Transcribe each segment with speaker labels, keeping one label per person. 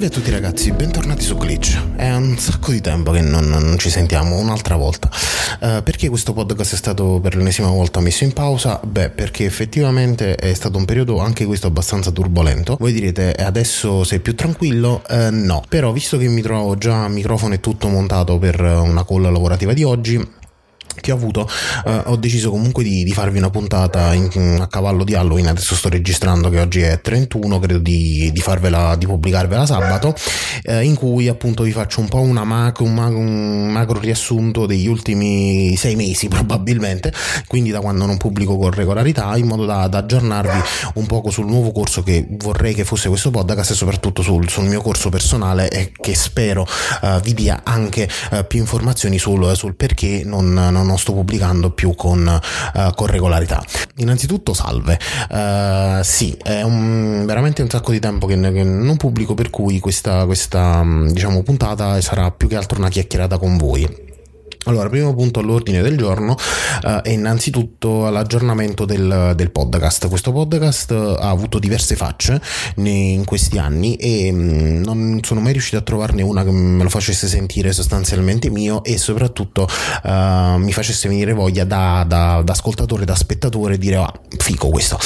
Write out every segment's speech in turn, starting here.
Speaker 1: Salve a tutti ragazzi, bentornati su Glitch. È un sacco di tempo che non ci sentiamo, un'altra volta. Perché questo podcast è stato per l'ennesima volta messo in pausa? Perché effettivamente è stato un periodo anche questo abbastanza turbolento. Voi direte, adesso sei più tranquillo? No, però visto che mi trovo già microfono e tutto montato per una call lavorativa di oggi che ho avuto, ho deciso comunque di farvi una puntata a cavallo di Halloween. Adesso sto registrando che oggi è 31, credo di pubblicarvela sabato, in cui appunto vi faccio un po' un macro riassunto degli ultimi 6 mesi probabilmente, quindi da quando non pubblico con regolarità, in modo da aggiornarvi un poco sul nuovo corso che vorrei che fosse questo podcast, e soprattutto sul mio corso personale, e che spero vi dia anche più informazioni sul perché non sto pubblicando più con regolarità. Innanzitutto salve, sì, è veramente un sacco di tempo che non pubblico, per cui questa diciamo puntata sarà più che altro una chiacchierata con voi. Allora, primo punto all'ordine del giorno è innanzitutto l'aggiornamento del podcast. Questo podcast ha avuto diverse facce in questi anni e non sono mai riuscito a trovarne una che me lo facesse sentire sostanzialmente mio, e soprattutto mi facesse venire voglia da ascoltatore, da spettatore, dire fico questo.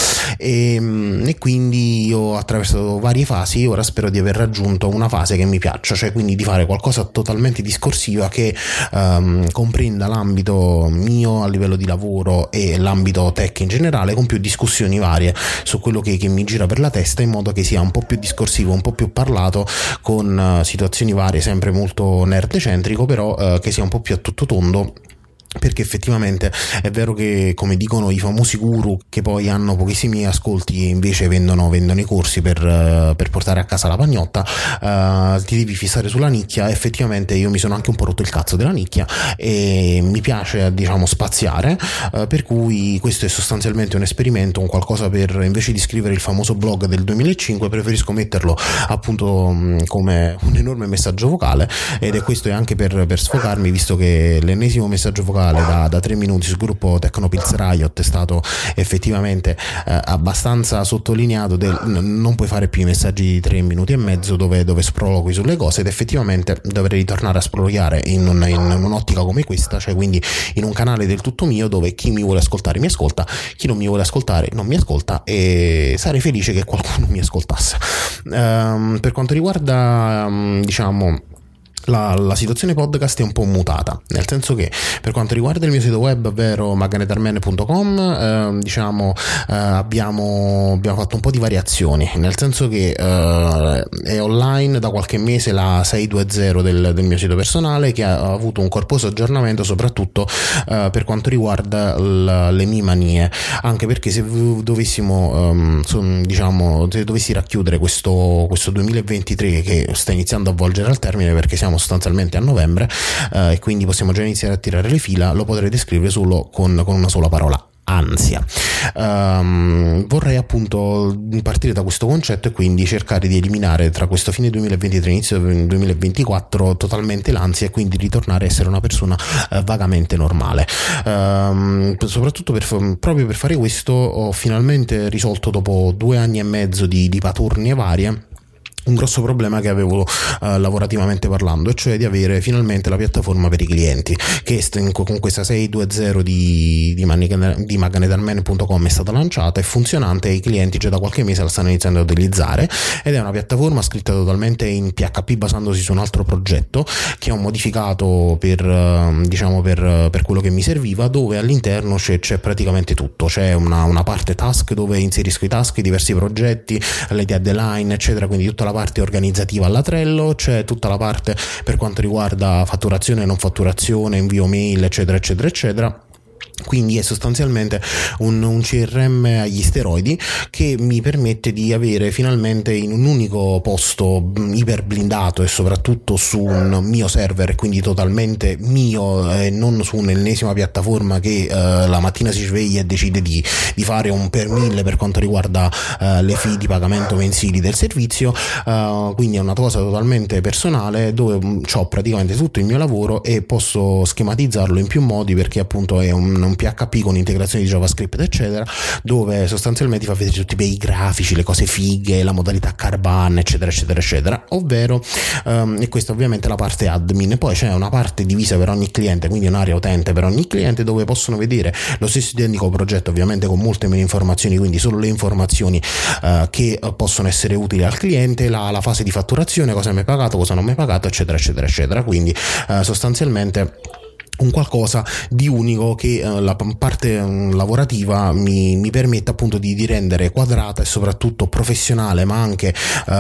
Speaker 1: E quindi io ho attraversato varie fasi. Ora spero di aver raggiunto una fase che mi piaccia, cioè quindi di fare qualcosa totalmente discorsiva che comprenda l'ambito mio a livello di lavoro e l'ambito tech in generale, con più discussioni varie su quello che mi gira per la testa, in modo che sia un po' più discorsivo, un po' più parlato, con situazioni varie, sempre molto nerd-centrico, però che sia un po' più a tutto tondo. Perché effettivamente è vero che, come dicono i famosi guru, che poi hanno pochissimi ascolti e invece vendono i corsi per portare a casa la pagnotta, ti devi fissare sulla nicchia. Effettivamente io mi sono anche un po' rotto il cazzo della nicchia e mi piace, diciamo, spaziare, per cui questo è sostanzialmente un esperimento, un qualcosa per, invece di scrivere il famoso blog del 2005, preferisco metterlo appunto come un enorme messaggio vocale, ed è questo è anche per sfogarmi, visto che l'ennesimo messaggio vocale da 3 minuti sul gruppo Tecnopills Riot è stato effettivamente abbastanza sottolineato non puoi fare più i messaggi di 3 minuti e mezzo dove sprologhi sulle cose, ed effettivamente dovrei ritornare a sprologare in un'ottica come questa, cioè quindi in un canale del tutto mio, dove chi mi vuole ascoltare mi ascolta, chi non mi vuole ascoltare non mi ascolta, e sarei felice che qualcuno mi ascoltasse. Per quanto riguarda diciamo la situazione podcast è un po' mutata, nel senso che per quanto riguarda il mio sito web, ovvero maganedarmene.com, abbiamo fatto un po' di variazioni, nel senso che è online da qualche mese la 620 del mio sito personale, che ha avuto un corposo aggiornamento, soprattutto per quanto riguarda le mie manie, anche perché se dovessimo se dovessi racchiudere questo 2023 che sta iniziando a volgere al termine, perché siamo sostanzialmente a novembre, e quindi possiamo già iniziare a tirare le fila, lo potrei descrivere solo con una sola parola: ansia. Vorrei appunto partire da questo concetto e quindi cercare di eliminare tra questo fine 2023 e inizio 2024 totalmente l'ansia, e quindi ritornare a essere una persona vagamente normale. Soprattutto proprio per fare questo ho finalmente risolto, dopo 2 anni e mezzo di paturnie varie, un grosso problema che avevo lavorativamente parlando, e cioè di avere finalmente la piattaforma per i clienti, che con questa 620 di maganedarmene.com è stata lanciata, è funzionante, e i clienti già da qualche mese la stanno iniziando a utilizzare, ed è una piattaforma scritta totalmente in PHP, basandosi su un altro progetto che ho modificato per quello che mi serviva, dove all'interno c'è praticamente tutto. C'è una parte task dove inserisco i task, i diversi progetti, le deadline eccetera, quindi tutta la parte organizzativa alla Trello. C'è tutta la parte per quanto riguarda fatturazione e non fatturazione, invio mail eccetera eccetera eccetera. Quindi è sostanzialmente un CRM agli steroidi, che mi permette di avere finalmente in un unico posto, iper blindato e soprattutto su un mio server, quindi totalmente mio, e non su un'ennesima piattaforma che la mattina si sveglia e decide di fare un per 1000 per quanto riguarda le fee di pagamento mensili del servizio. Quindi è una cosa totalmente personale, dove ho praticamente tutto il mio lavoro e posso schematizzarlo in più modi, perché appunto è un un PHP con integrazione di JavaScript eccetera, dove sostanzialmente fa vedere tutti i bei grafici, le cose fighe, la modalità Kanban eccetera eccetera eccetera, ovvero e questa ovviamente è la parte admin. Poi c'è una parte divisa per ogni cliente, quindi un'area utente per ogni cliente, dove possono vedere lo stesso identico progetto, ovviamente con molte meno informazioni, quindi solo le informazioni che possono essere utili al cliente, la fase di fatturazione, cosa mi hai pagato, cosa non mi hai pagato eccetera eccetera eccetera. Quindi sostanzialmente un qualcosa di unico che la parte lavorativa mi permette appunto di rendere quadrata e soprattutto professionale, ma anche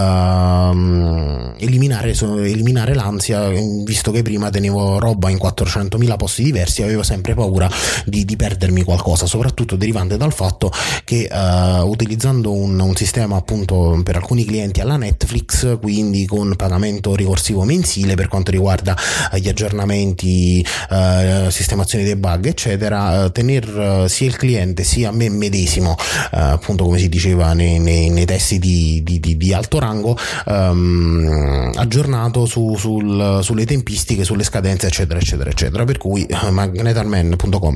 Speaker 1: eliminare l'ansia, visto che prima tenevo roba in 400.000 posti diversi e avevo sempre paura di perdermi qualcosa, soprattutto derivante dal fatto che utilizzando un sistema appunto per alcuni clienti alla Netflix, quindi con pagamento ricorsivo mensile per quanto riguarda gli aggiornamenti, sistemazione dei bug eccetera, tener sia il cliente sia me medesimo, appunto come si diceva nei testi di alto rango, aggiornato sulle tempistiche, sulle scadenze eccetera eccetera eccetera. Per cui magnetarman.com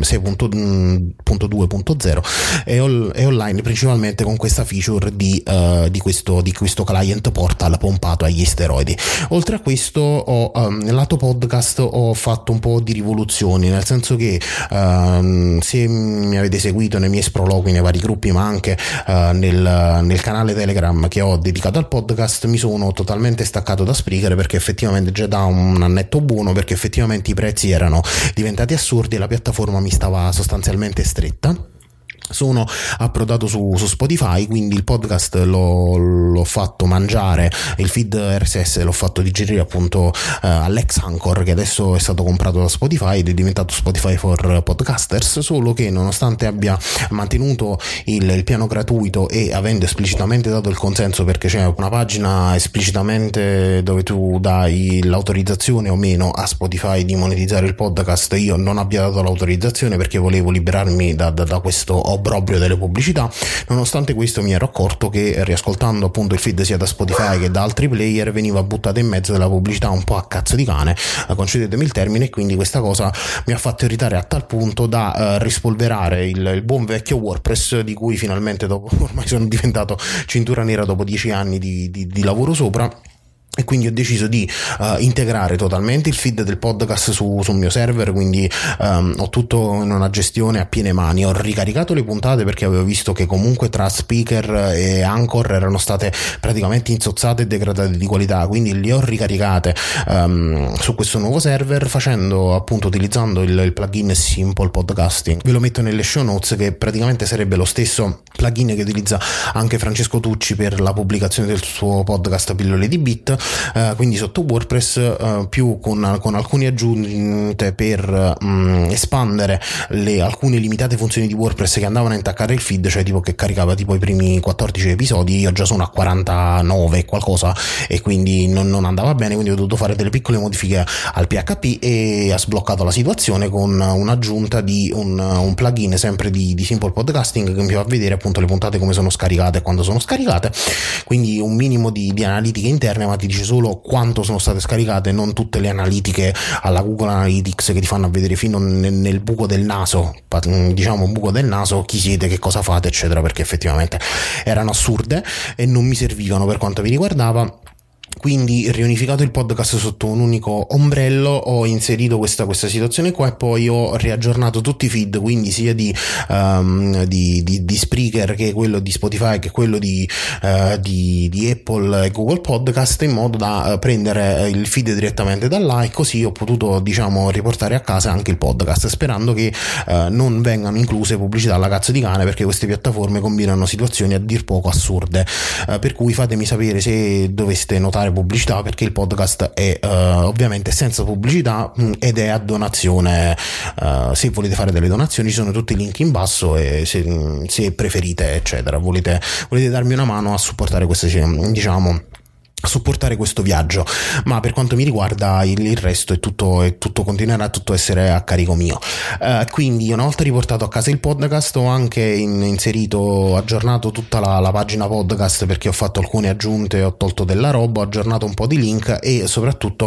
Speaker 1: 6.2.0 è online principalmente con questa feature di questo client portal pompato agli steroidi. Oltre a questo nel lato podcast ho fatto un po' di rivoluzione, nel senso che se mi avete seguito nei miei sproloqui nei vari gruppi, ma anche nel canale Telegram che ho dedicato al podcast, mi sono totalmente staccato da Spreaker, perché effettivamente già da un annetto buono, perché effettivamente i prezzi erano diventati assurdi e la piattaforma mi stava sostanzialmente stretta. Sono approdato su Spotify, quindi il podcast l'ho fatto mangiare, il feed RSS l'ho fatto digerire appunto all'ex Anchor, che adesso è stato comprato da Spotify ed è diventato Spotify for Podcasters, solo che nonostante abbia mantenuto il piano gratuito e avendo esplicitamente dato il consenso, perché c'è una pagina esplicitamente dove tu dai l'autorizzazione o meno a Spotify di monetizzare il podcast, io non abbia dato l'autorizzazione perché volevo liberarmi da questo obbrobrio delle pubblicità. Nonostante questo mi ero accorto che riascoltando appunto il feed sia da Spotify che da altri player veniva buttata in mezzo della pubblicità un po' a cazzo di cane, concedetemi il termine, e quindi questa cosa mi ha fatto irritare a tal punto da rispolverare il buon vecchio WordPress, di cui finalmente dopo ormai sono diventato cintura nera dopo 10 anni di lavoro sopra. E quindi ho deciso di integrare totalmente il feed del podcast sul mio server, quindi ho tutto in una gestione a piene mani. Ho ricaricato le puntate perché avevo visto che comunque tra Spreaker e Anchor erano state praticamente insozzate e degradate di qualità, quindi le ho ricaricate su questo nuovo server, utilizzando il plugin Simple Podcasting. Ve lo metto nelle show notes, che praticamente sarebbe lo stesso plugin che utilizza anche Francesco Tucci per la pubblicazione del suo podcast Pillole di Bit. Quindi sotto WordPress, più con alcune aggiunte per espandere alcune limitate funzioni di WordPress che andavano a intaccare il feed, cioè tipo che caricava tipo i primi 14 episodi, io già sono a 49 qualcosa e quindi non andava bene, quindi ho dovuto fare delle piccole modifiche al PHP e ha sbloccato la situazione con un'aggiunta di un plugin sempre di Simple Podcasting che mi fa vedere appunto le puntate come sono scaricate e quando sono scaricate, quindi un minimo di analitiche interne, ma ti dice solo quanto sono state scaricate, non tutte le analitiche alla Google Analytics che ti fanno vedere fino nel buco del naso, diciamo buco del naso, chi siete, che cosa fate eccetera, perché effettivamente erano assurde e non mi servivano per quanto mi riguardava. Quindi riunificato il podcast sotto un unico ombrello, ho inserito questa situazione qua e poi ho riaggiornato tutti i feed, quindi sia di Spreaker che quello di Spotify che quello di Apple e Google Podcast, in modo da prendere il feed direttamente da là, e così ho potuto riportare a casa anche il podcast, sperando che non vengano incluse pubblicità alla cazzo di cane, perché queste piattaforme combinano situazioni a dir poco assurde, per cui fatemi sapere se doveste notare pubblicità, perché il podcast è ovviamente senza pubblicità ed è a donazione. Se volete fare delle donazioni ci sono tutti i link in basso, e se preferite eccetera volete darmi una mano a supportare queste supportare questo viaggio, ma per quanto mi riguarda il resto è tutto continuerà tutto essere a carico mio. Quindi una volta riportato a casa il podcast ho anche inserito, aggiornato tutta la pagina podcast, perché ho fatto alcune aggiunte, ho tolto della roba, ho aggiornato un po' di link e soprattutto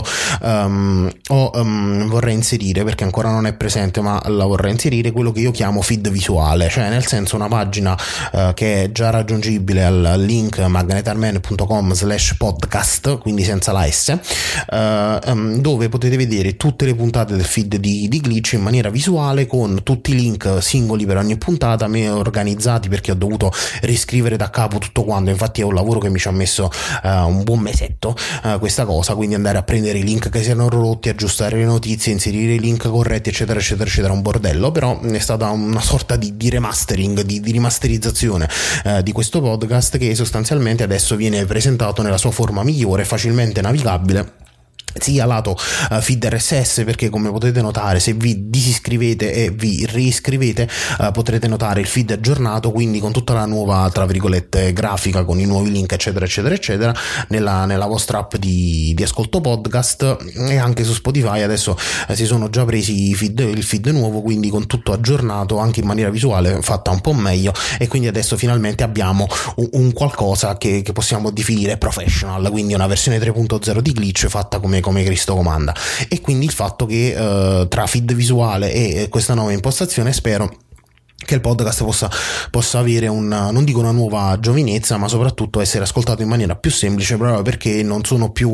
Speaker 1: vorrei inserire, perché ancora non è presente ma la vorrei inserire, quello che io chiamo feed visuale, cioè nel senso una pagina che è già raggiungibile al link magnetarman.com/podcast, quindi senza la S, dove potete vedere tutte le puntate del feed di Glitch in maniera visuale, con tutti i link singoli per ogni puntata, organizzati, perché ho dovuto riscrivere da capo tutto quanto. Infatti è un lavoro che mi ci ha messo un buon mesetto, questa cosa, quindi andare a prendere i link che si erano rotti, aggiustare le notizie, inserire i link corretti, eccetera eccetera eccetera, un bordello. Però è stata una sorta di remastering, di rimasterizzazione di questo podcast, che sostanzialmente adesso viene presentato nella sua forma migliore, facilmente navigabile, sia lato feed RSS, perché come potete notare, se vi disiscrivete e vi riscrivete potrete notare il feed aggiornato, quindi con tutta la nuova, tra virgolette, grafica, con i nuovi link eccetera eccetera eccetera, nella vostra app di ascolto podcast. E anche su Spotify adesso si sono già presi il feed nuovo, quindi con tutto aggiornato anche in maniera visuale, fatta un po' meglio, e quindi adesso finalmente abbiamo un qualcosa che possiamo definire professional, quindi una versione 3.0 di Glitch fatta come Cristo comanda. E quindi il fatto che tra feed visuale e questa nuova impostazione, spero che il podcast possa avere non dico una nuova giovinezza, ma soprattutto essere ascoltato in maniera più semplice, proprio perché non sono più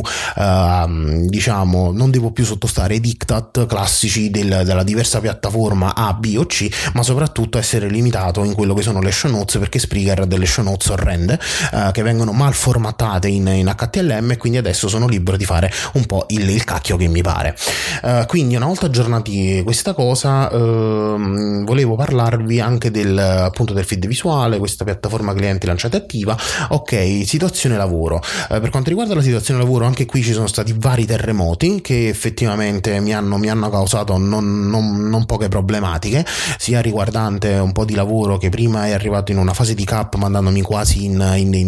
Speaker 1: non devo più sottostare ai diktat classici della diversa piattaforma A, B o C, ma soprattutto essere limitato in quello che sono le show notes, perché Spreaker ha delle show notes orrende che vengono mal formattate in HTML, e quindi adesso sono libero di fare un po' il cacchio che mi pare. Quindi una volta aggiornati questa cosa, volevo parlarvi anche del feed visuale, questa piattaforma clienti lanciata attiva. Ok, situazione lavoro. Per quanto riguarda la situazione lavoro, anche qui ci sono stati vari terremoti che effettivamente mi hanno causato non poche problematiche, sia riguardante un po' di lavoro che prima è arrivato in una fase di cap, mandandomi quasi in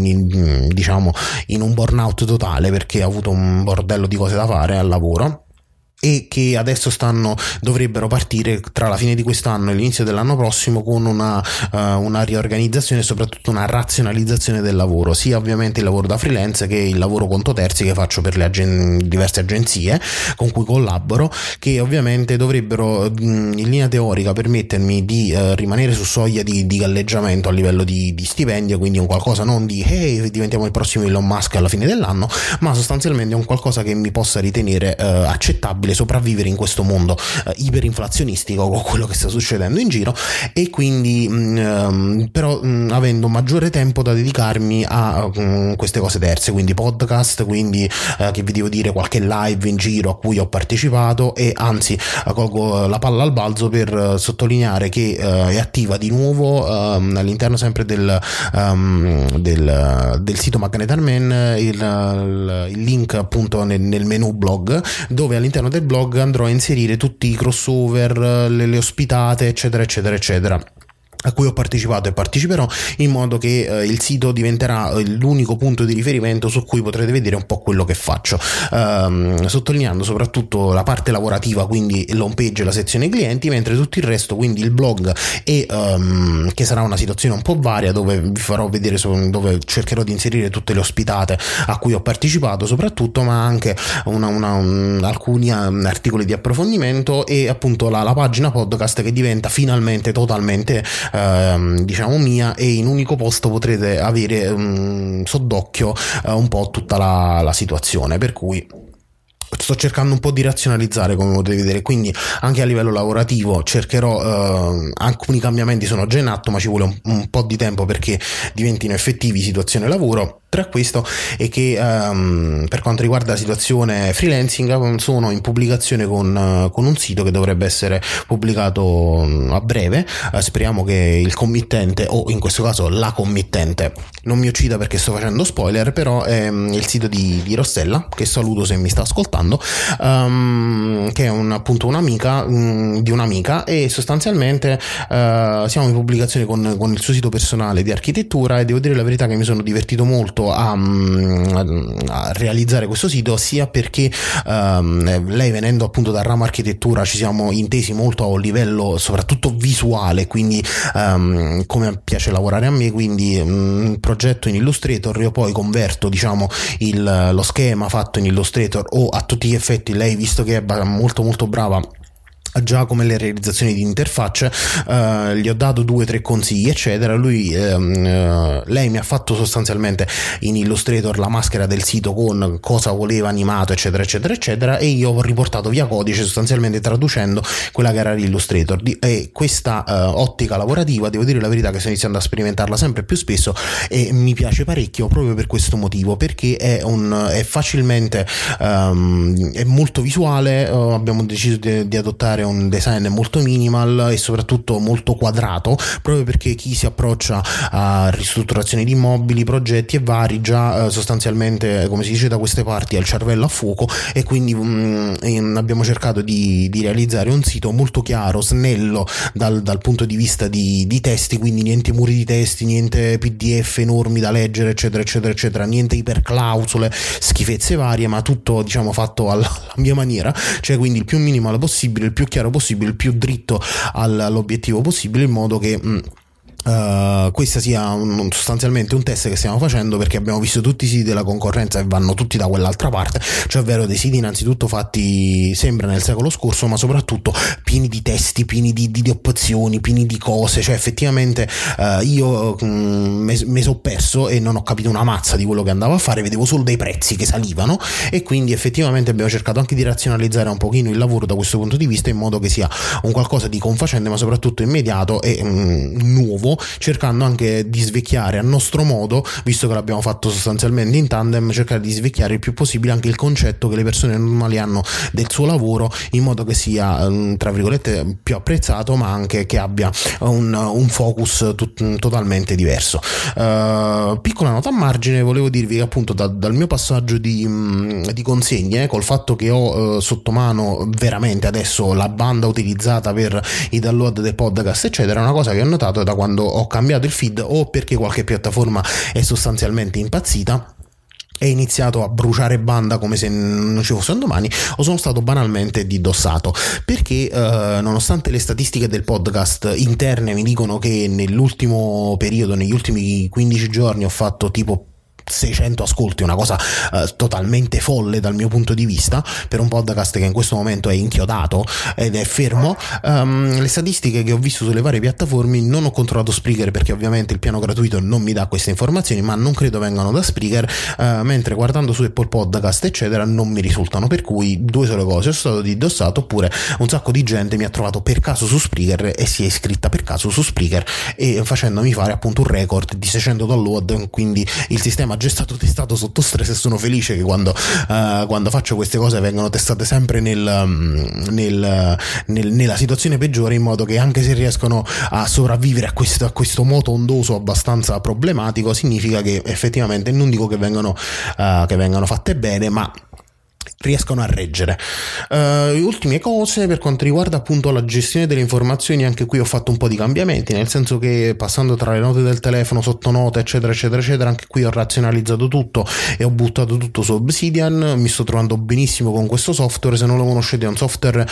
Speaker 1: un burnout totale, perché ho avuto un bordello di cose da fare al lavoro, e che adesso dovrebbero partire tra la fine di quest'anno e l'inizio dell'anno prossimo con una riorganizzazione e soprattutto una razionalizzazione del lavoro, sia ovviamente il lavoro da freelance che il lavoro conto terzi che faccio per le diverse agenzie con cui collaboro, che ovviamente dovrebbero in linea teorica permettermi di rimanere su soglia di galleggiamento a livello di stipendio, quindi un qualcosa non di diventiamo il prossimo Elon Musk alla fine dell'anno, ma sostanzialmente un qualcosa che mi possa ritenere accettabile sopravvivere in questo mondo iperinflazionistico con quello che sta succedendo in giro. E quindi però avendo maggiore tempo da dedicarmi a queste cose terze, quindi podcast, quindi che vi devo dire, qualche live in giro a cui ho partecipato, e anzi colgo la palla al balzo per sottolineare che è attiva di nuovo all'interno sempre del sito Magnetarman il link appunto nel menu blog, dove all'interno del blog andrò a inserire tutti i crossover, le ospitate eccetera eccetera eccetera a cui ho partecipato e parteciperò, in modo che il sito diventerà l'unico punto di riferimento su cui potrete vedere un po' quello che faccio, sottolineando soprattutto la parte lavorativa, quindi l'home page e la sezione clienti, mentre tutto il resto, quindi il blog e che sarà una situazione un po' varia, dove vi farò vedere, dove cercherò di inserire tutte le ospitate a cui ho partecipato soprattutto, ma anche alcuni articoli di approfondimento, e appunto la pagina podcast che diventa finalmente totalmente mia, e in unico posto potrete avere sott'occhio un po' tutta la situazione, per cui sto cercando un po' di razionalizzare, come potete vedere. Quindi anche a livello lavorativo cercherò, alcuni cambiamenti sono già in atto, ma ci vuole un po' di tempo perché diventino effettivi situazione lavoro. Tra questo è che per quanto riguarda la situazione freelancing, sono in pubblicazione con un sito che dovrebbe essere pubblicato a breve. Speriamo che il committente, o in questo caso la committente, non mi uccida perché sto facendo spoiler, però è il sito di Rossella, che saluto se mi sta ascoltando, portando, che è appunto un'amica di un'amica, e sostanzialmente siamo in pubblicazione con il suo sito personale di architettura, e devo dire la verità che mi sono divertito molto a realizzare questo sito, sia perché lei, venendo appunto dal ramo architettura, ci siamo intesi molto a un livello soprattutto visuale, quindi come piace lavorare a me, quindi progetto in Illustrator, io poi converto, diciamo, lo schema fatto in Illustrator, o a tutti gli effetti lei, visto che è molto molto brava già come le realizzazioni di interfacce, gli ho dato 2-3 consigli eccetera. Lei mi ha fatto sostanzialmente in Illustrator la maschera del sito con cosa voleva animato eccetera eccetera eccetera, e io ho riportato via codice, sostanzialmente traducendo quella che era l'Illustrator. E questa ottica lavorativa, devo dire la verità che sto iniziando a sperimentarla sempre più spesso, e mi piace parecchio proprio per questo motivo, perché è facilmente è molto visuale. Abbiamo deciso di adottare un design molto minimal e soprattutto molto quadrato, proprio perché chi si approccia a ristrutturazioni di immobili, progetti e vari, già sostanzialmente, come si dice da queste parti, ha il cervello a fuoco, e quindi abbiamo cercato di realizzare un sito molto chiaro, snello dal punto di vista di testi, quindi niente muri di testi, niente PDF enormi da leggere eccetera eccetera eccetera, niente iperclausole, schifezze varie, ma tutto, diciamo, fatto alla mia maniera, cioè quindi il più minimal possibile, il più chiaro possibile, il più dritto all'obiettivo possibile, in modo che questa sia sostanzialmente un test che stiamo facendo, perché abbiamo visto tutti i siti della concorrenza e vanno tutti da quell'altra parte, cioè ovvero dei siti innanzitutto fatti sembra nel secolo scorso, ma soprattutto pieni di testi, pieni di opzioni, pieni di cose, cioè effettivamente io mi sono perso e non ho capito una mazza di quello che andavo a fare, vedevo solo dei prezzi che salivano, e quindi effettivamente abbiamo cercato anche di razionalizzare un pochino il lavoro da questo punto di vista, in modo che sia un qualcosa di confacente ma soprattutto immediato e nuovo, cercando anche di svecchiare a nostro modo, visto che l'abbiamo fatto sostanzialmente in tandem, cercare di svecchiare il più possibile anche il concetto che le persone normali hanno del suo lavoro, in modo che sia tra virgolette più apprezzato, ma anche che abbia un focus totalmente diverso. Piccola nota a margine, volevo dirvi che appunto dal mio passaggio di consegne, col fatto che ho sotto mano veramente adesso la banda utilizzata per i download del podcast eccetera, una cosa che ho notato da quando ho cambiato il feed, o perché qualche piattaforma è sostanzialmente impazzita e iniziato a bruciare banda come se non ci fosse un domani, o sono stato banalmente didossato, perché nonostante le statistiche del podcast interne mi dicono che nell'ultimo periodo, negli ultimi 15 giorni ho fatto tipo 600 ascolti, una cosa totalmente folle dal mio punto di vista per un podcast che in questo momento è inchiodato ed è fermo. Le statistiche che ho visto sulle varie piattaforme, non ho controllato Spreaker perché ovviamente il piano gratuito non mi dà queste informazioni, ma non credo vengano da Spreaker, mentre guardando su Apple Podcast eccetera non mi risultano, per cui due sole cose: sono stato didossato, oppure un sacco di gente mi ha trovato per caso su Spreaker e si è iscritta per caso su Spreaker, e facendomi fare appunto un record di 600 download. Quindi il sistema già è stato testato sotto stress, e sono felice che quando faccio queste cose vengono testate sempre nella situazione peggiore, in modo che anche se riescono a sopravvivere a questo moto ondoso abbastanza problematico, significa che effettivamente, non dico che vengano fatte bene, ma riescono a reggere. Ultime cose per quanto riguarda appunto la gestione delle informazioni, anche qui ho fatto un po' di cambiamenti, nel senso che passando tra le note del telefono, sottonote eccetera eccetera eccetera, anche qui ho razionalizzato tutto e ho buttato tutto su Obsidian. Mi sto trovando benissimo con questo software. Se non lo conoscete, è un software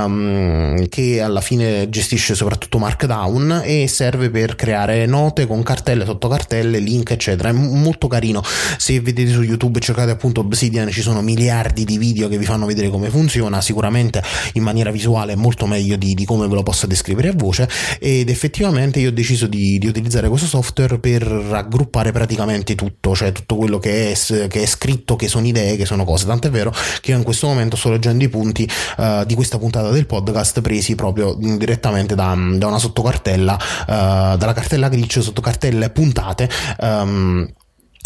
Speaker 1: che alla fine gestisce soprattutto Markdown e serve per creare note con cartelle, sottocartelle, link eccetera. È molto carino. Se vedete su YouTube, cercate appunto Obsidian, ci sono miliardi di video che vi fanno vedere come funziona. Sicuramente in maniera visuale è molto meglio di come ve lo possa descrivere a voce, ed effettivamente io ho deciso di utilizzare questo software per raggruppare praticamente tutto, cioè tutto quello che è scritto, che sono idee, che sono cose. Tant'è vero che io in questo momento sto leggendo i punti di questa puntata del podcast, presi proprio direttamente da una sottocartella, dalla cartella glitch, sottocartelle puntate,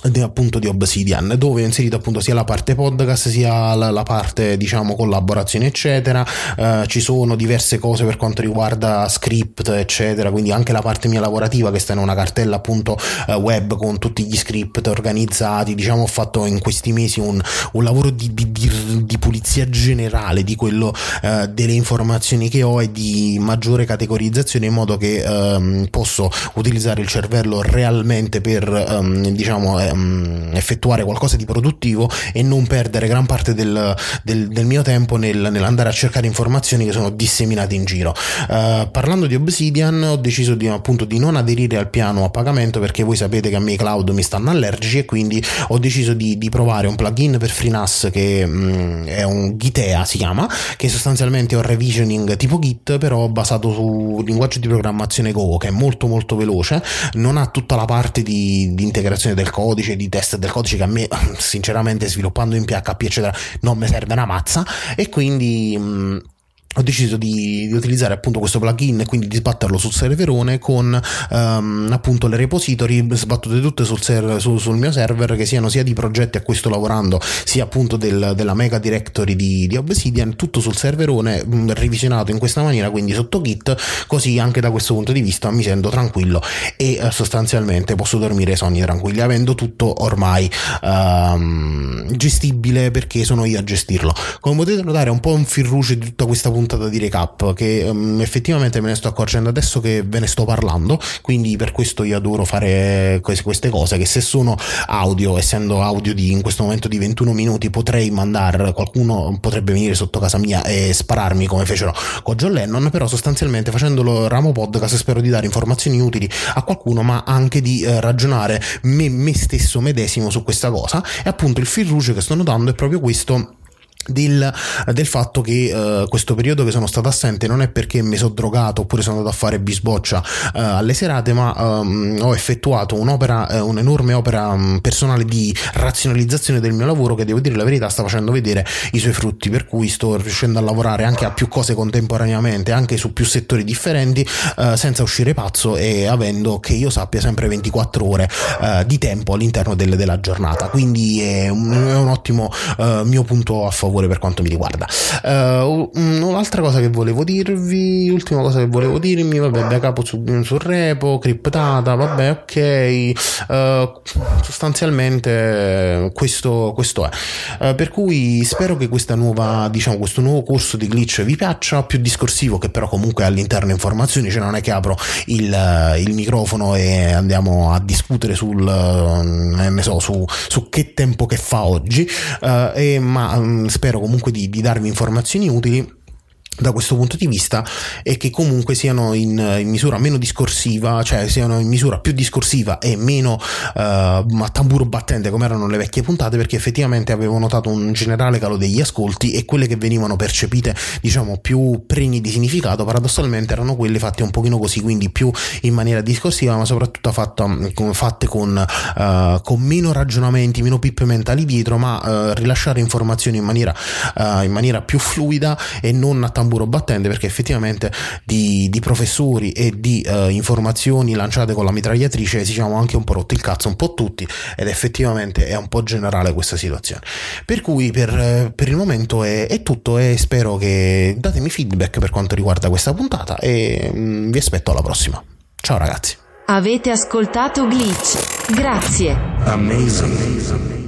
Speaker 1: appunto di Obsidian, dove ho inserito appunto sia la parte podcast sia la parte diciamo collaborazione eccetera. Ci sono diverse cose per quanto riguarda script eccetera, quindi anche la parte mia lavorativa che sta in una cartella appunto web con tutti gli script organizzati. Diciamo ho fatto in questi mesi un lavoro di pulizia generale di quello delle informazioni che ho e di maggiore categorizzazione, in modo che posso utilizzare il cervello realmente per diciamo effettuare qualcosa di produttivo e non perdere gran parte del mio tempo nell'andare a cercare informazioni che sono disseminate in giro. Parlando di Obsidian, ho deciso appunto di non aderire al piano a pagamento, perché voi sapete che a me i cloud mi stanno allergici, e quindi ho deciso di provare un plugin per FreeNAS che è un Gitea, si chiama, che sostanzialmente è un revisioning tipo Git, però basato su linguaggio di programmazione Go, che è molto molto veloce, non ha tutta la parte di integrazione del codice, di test del codice, che a me sinceramente sviluppando in PHP eccetera non mi serve una mazza, e quindi ho deciso di utilizzare appunto questo plugin e quindi di sbatterlo sul serverone con appunto le repository sbattute tutte sul mio server, che siano sia di progetti a cui sto lavorando sia appunto della mega directory di Obsidian, tutto sul serverone revisionato in questa maniera, quindi sotto Git, così anche da questo punto di vista mi sento tranquillo e sostanzialmente posso dormire sonni tranquilli, avendo tutto ormai gestibile, perché sono io a gestirlo. Come potete notare è un po' un fil rouge di tutta questa puntata di recap, che effettivamente me ne sto accorgendo adesso che ve ne sto parlando, quindi per questo io adoro fare queste cose, che se sono audio, essendo audio in questo momento di 21 minuti, potrei mandare, qualcuno potrebbe venire sotto casa mia e spararmi come fecero con John Lennon, però sostanzialmente facendolo ramo podcast spero di dare informazioni utili a qualcuno, ma anche di ragionare me stesso medesimo su questa cosa. E appunto il fil rouge che sto notando è proprio questo, del fatto che questo periodo che sono stato assente non è perché mi sono drogato oppure sono andato a fare bisboccia alle serate, ma ho effettuato un'enorme opera personale di razionalizzazione del mio lavoro, che devo dire la verità sta facendo vedere i suoi frutti, per cui sto riuscendo a lavorare anche a più cose contemporaneamente, anche su più settori differenti, senza uscire pazzo e avendo, che io sappia, sempre 24 ore di tempo all'interno della giornata, quindi è un ottimo mio punto a favore per quanto mi riguarda. Un'altra cosa che volevo dirvi, ultima cosa che volevo dirmi, vabbè, backup sul repo, criptata, vabbè, ok, sostanzialmente questo è, per cui spero che questa nuova, diciamo, questo nuovo corso di Glitch vi piaccia, più discorsivo, che però comunque all'interno informazioni, cioè non è che apro il microfono e andiamo a discutere su che tempo che fa oggi, ma spero comunque di darvi informazioni utili da questo punto di vista, e che comunque siano in misura meno discorsiva, cioè siano in misura più discorsiva e meno a tamburo battente come erano le vecchie puntate, perché effettivamente avevo notato un generale calo degli ascolti, e quelle che venivano percepite diciamo più pregni di significato paradossalmente erano quelle fatte un pochino così, quindi più in maniera discorsiva, ma soprattutto fatte con meno ragionamenti, meno pippe mentali dietro, ma rilasciare informazioni in maniera più fluida e non a tamburo battente, perché effettivamente di professori e di informazioni lanciate con la mitragliatrice ci siamo anche un po' rotti il cazzo, un po' tutti, ed effettivamente è un po' generale questa situazione. Per cui per il momento è tutto, e spero che datemi feedback per quanto riguarda questa puntata, e vi aspetto alla prossima. Ciao ragazzi.
Speaker 2: Avete ascoltato Glitch. Grazie.
Speaker 3: Amazing.